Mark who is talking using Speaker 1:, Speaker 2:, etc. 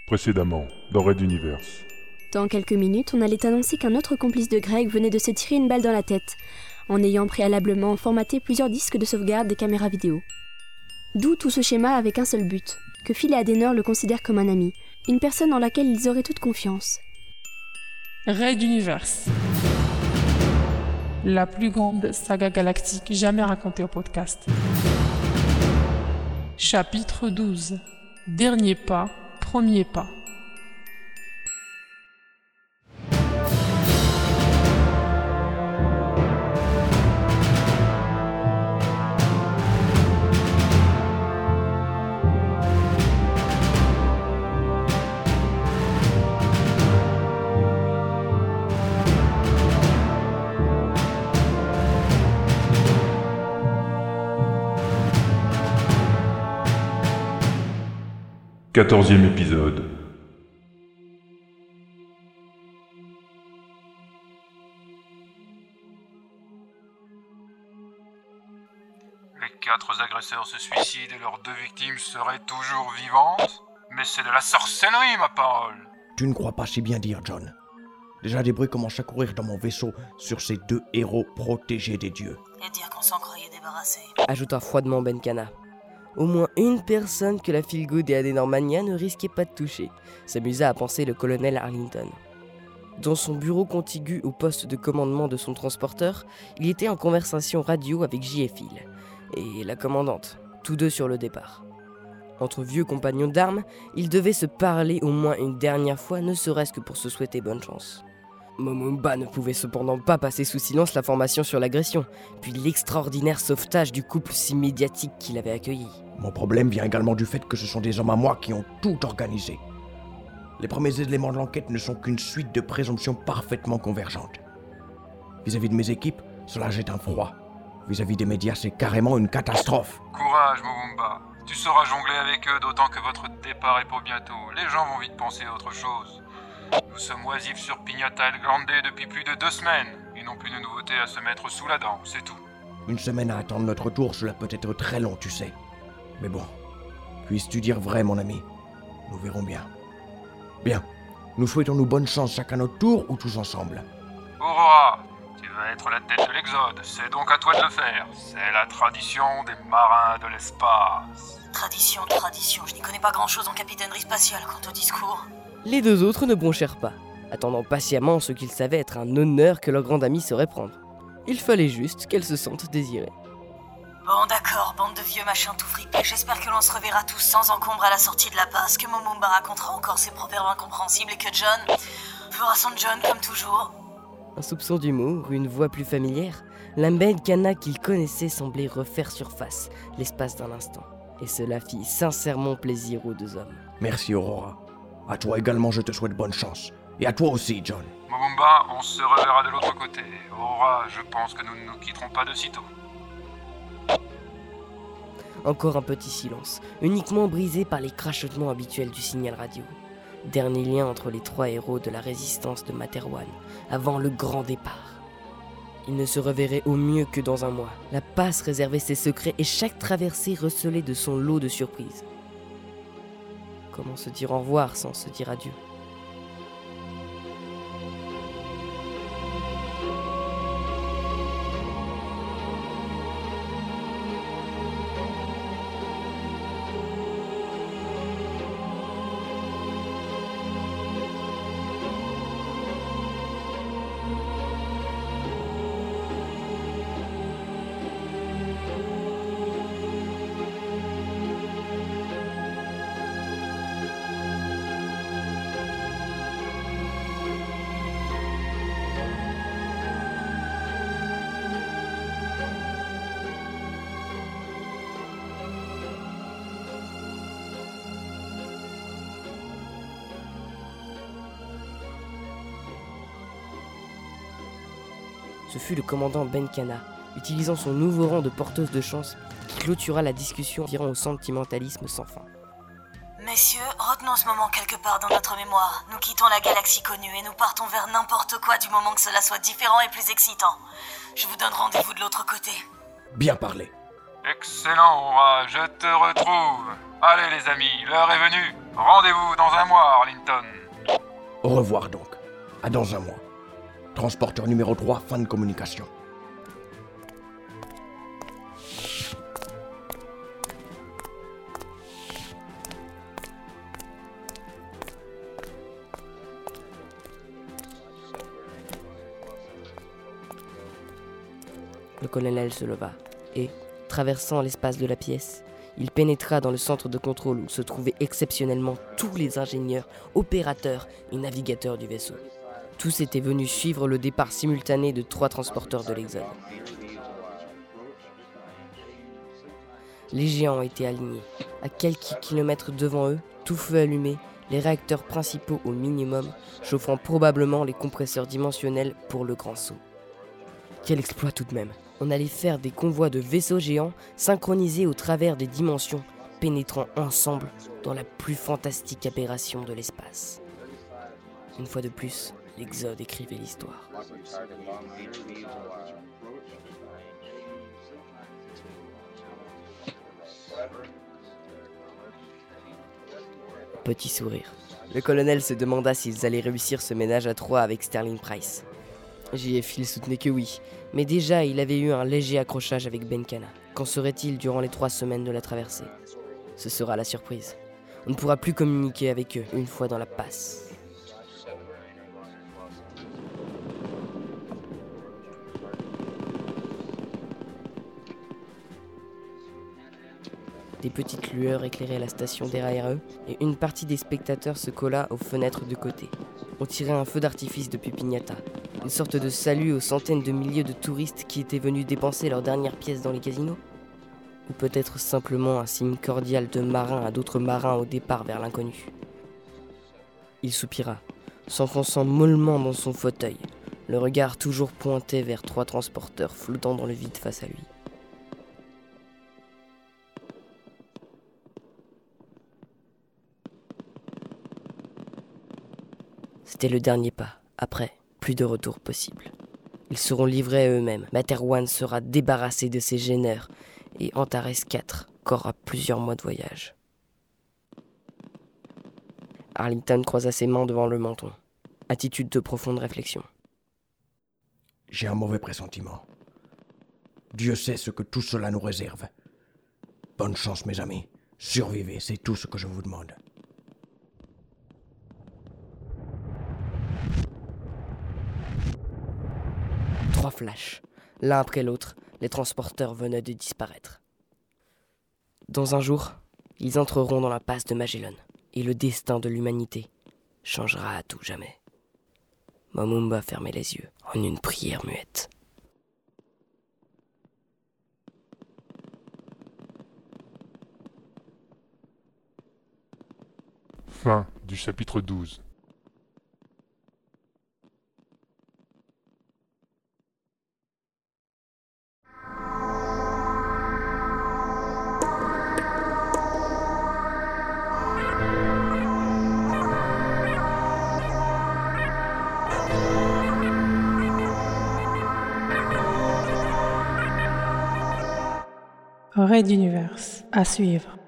Speaker 1: Précédemment, dans Red Universe.
Speaker 2: Dans quelques minutes, on allait annoncer qu'un autre complice de Greg venait de se tirer une balle dans la tête, en ayant préalablement formaté plusieurs disques de sauvegarde des caméras vidéo. D'où tout ce schéma avec un seul but, que Phil et Adenor le considèrent comme un ami, une personne en laquelle ils auraient toute confiance.
Speaker 3: Red Universe. La plus grande saga galactique jamais racontée au podcast. Chapitre 12. Dernier pas, premier pas.
Speaker 1: Quatorzième épisode.
Speaker 4: Les 4 agresseurs se suicident et leurs 2 victimes seraient toujours vivantes? Mais c'est de la sorcellerie, ma parole!
Speaker 5: Tu ne crois pas si bien dire, John. Déjà des bruits commencent à courir dans mon vaisseau sur ces 2 héros protégés des dieux.
Speaker 6: Et dire qu'on s'en croyait débarrassé.
Speaker 7: Ajouta froidement Benkana. Au moins une personne que la Feelgood et Adenor Mania ne risquaient pas de toucher, s'amusa à penser le colonel Arlington. Dans son bureau contigu au poste de commandement de son transporteur, il était en conversation radio avec J et Phil, et la commandante, tous deux sur le départ. Entre vieux compagnons d'armes, ils devaient se parler au moins une dernière fois, ne serait-ce que pour se souhaiter bonne chance. Momumba ne pouvait cependant pas passer sous silence l'information sur l'agression, puis l'extraordinaire sauvetage du couple si médiatique qu'il avait accueilli.
Speaker 5: Mon problème vient également du fait que ce sont des hommes à moi qui ont tout organisé. Les premiers éléments de l'enquête ne sont qu'une suite de présomptions parfaitement convergentes. Vis-à-vis de mes équipes, cela jette un froid. Vis-à-vis des médias, c'est carrément une catastrophe.
Speaker 4: Courage, Mubumba. Tu sauras jongler avec eux, d'autant que votre départ est pour bientôt. Les gens vont vite penser à autre chose. Nous sommes oisifs sur Pignata El Grande depuis plus de 2 semaines. Ils n'ont plus de nouveautés à se mettre sous la dent, c'est tout.
Speaker 5: Une semaine à attendre notre tour, cela peut être très long, tu sais. Mais bon, puisses-tu dire vrai, mon ami? Nous verrons bien. Bien, nous souhaitons-nous bonne chance chacun notre tour ou tous ensemble?
Speaker 4: Aurora, tu vas être la tête de l'Exode, c'est donc à toi de le faire. C'est la tradition des marins de l'espace.
Speaker 6: Tradition, je n'y connais pas grand-chose en capitainerie spatiale quant au discours.
Speaker 7: Les 2 autres ne bronchèrent pas, attendant patiemment ce qu'ils savaient être un honneur que leur grande amie saurait prendre. Il fallait juste qu'elle se sente désirée.
Speaker 6: Bon d'accord, bande de vieux machins tout fripés, j'espère que l'on se reverra tous sans encombre à la sortie de la passe, que Momumba racontera encore ses proverbes incompréhensibles et que John fera son John comme toujours.
Speaker 7: Un soupçon d'humour, une voix plus familière, la Benkana qu'il connaissait semblait refaire surface l'espace d'un instant. Et cela fit sincèrement plaisir aux 2 hommes.
Speaker 5: Merci, Aurora. À toi également, je te souhaite bonne chance. Et à toi aussi, John.
Speaker 4: Mubumba, on se reverra de l'autre côté. Aurora, je pense que nous ne nous quitterons pas de sitôt.
Speaker 7: Encore un petit silence, uniquement brisé par les crachotements habituels du signal radio. Dernier lien entre les 3 héros de la résistance de Materwan, avant le grand départ. Ils ne se reverraient au mieux que dans un mois. La passe réservait ses secrets et chaque traversée recelait de son lot de surprises. Comment se dire au revoir sans se dire adieu? Ce fut le commandant Benkana, utilisant son nouveau rang de porteuse de chance, qui clôtura la discussion virant au sentimentalisme sans fin.
Speaker 6: Messieurs, retenons ce moment quelque part dans notre mémoire. Nous quittons la galaxie connue et nous partons vers n'importe quoi du moment que cela soit différent et plus excitant. Je vous donne rendez-vous de l'autre côté.
Speaker 5: Bien parlé.
Speaker 4: Excellent, Aura, je te retrouve. Allez les amis, l'heure est venue. Rendez-vous dans un mois, Arlington.
Speaker 5: Au revoir donc. À dans un mois. Transporteur numéro 3, fin de communication.
Speaker 7: Le colonel se leva et, traversant l'espace de la pièce, il pénétra dans le centre de contrôle où se trouvaient exceptionnellement tous les ingénieurs, opérateurs et navigateurs du vaisseau. Tous étaient venus suivre le départ simultané de 3 transporteurs de l'Exode. Les géants étaient alignés. À quelques kilomètres devant eux, tout feu allumé, les réacteurs principaux au minimum, chauffant probablement les compresseurs dimensionnels pour le grand saut. Quel exploit tout de même! On allait faire des convois de vaisseaux géants synchronisés au travers des dimensions, pénétrant ensemble dans la plus fantastique aberration de l'espace. Une fois de plus, l'Exode écrivait l'histoire. Petit sourire. Le colonel se demanda s'ils allaient réussir ce ménage à 3 avec Sterling Price. JF soutenait que oui, mais déjà il avait eu un léger accrochage avec Benkana. Qu'en serait-il durant les 3 semaines de la traversée? Ce sera la surprise. On ne pourra plus communiquer avec eux une fois dans la passe. Des petites lueurs éclairaient la station derrière eux et une partie des spectateurs se colla aux fenêtres de côté. On tirait un feu d'artifice depuis Pignata, une sorte de salut aux centaines de milliers de touristes qui étaient venus dépenser leurs dernières pièces dans les casinos. Ou peut-être simplement un signe cordial de marin à d'autres marins au départ vers l'inconnu. Il soupira, s'enfonçant mollement dans son fauteuil, le regard toujours pointé vers 3 transporteurs flottant dans le vide face à lui. C'était le dernier pas. Après, plus de retour possible. Ils seront livrés à eux-mêmes. Materwan sera débarrassé de ses gêneurs. Et Antares 4 corra plusieurs mois de voyage. Arlington croisa ses mains devant le menton. Attitude de profonde réflexion.
Speaker 5: J'ai un mauvais pressentiment. Dieu sait ce que tout cela nous réserve. Bonne chance, mes amis. Survivez, c'est tout ce que je vous demande.
Speaker 7: Trois flashs. L'un après l'autre, les transporteurs venaient de disparaître. Dans un jour, ils entreront dans la passe de Magellan, et le destin de l'humanité changera à tout jamais. Momumba fermait les yeux en une prière muette.
Speaker 1: Fin du chapitre 12.
Speaker 3: Raid d'univers à suivre.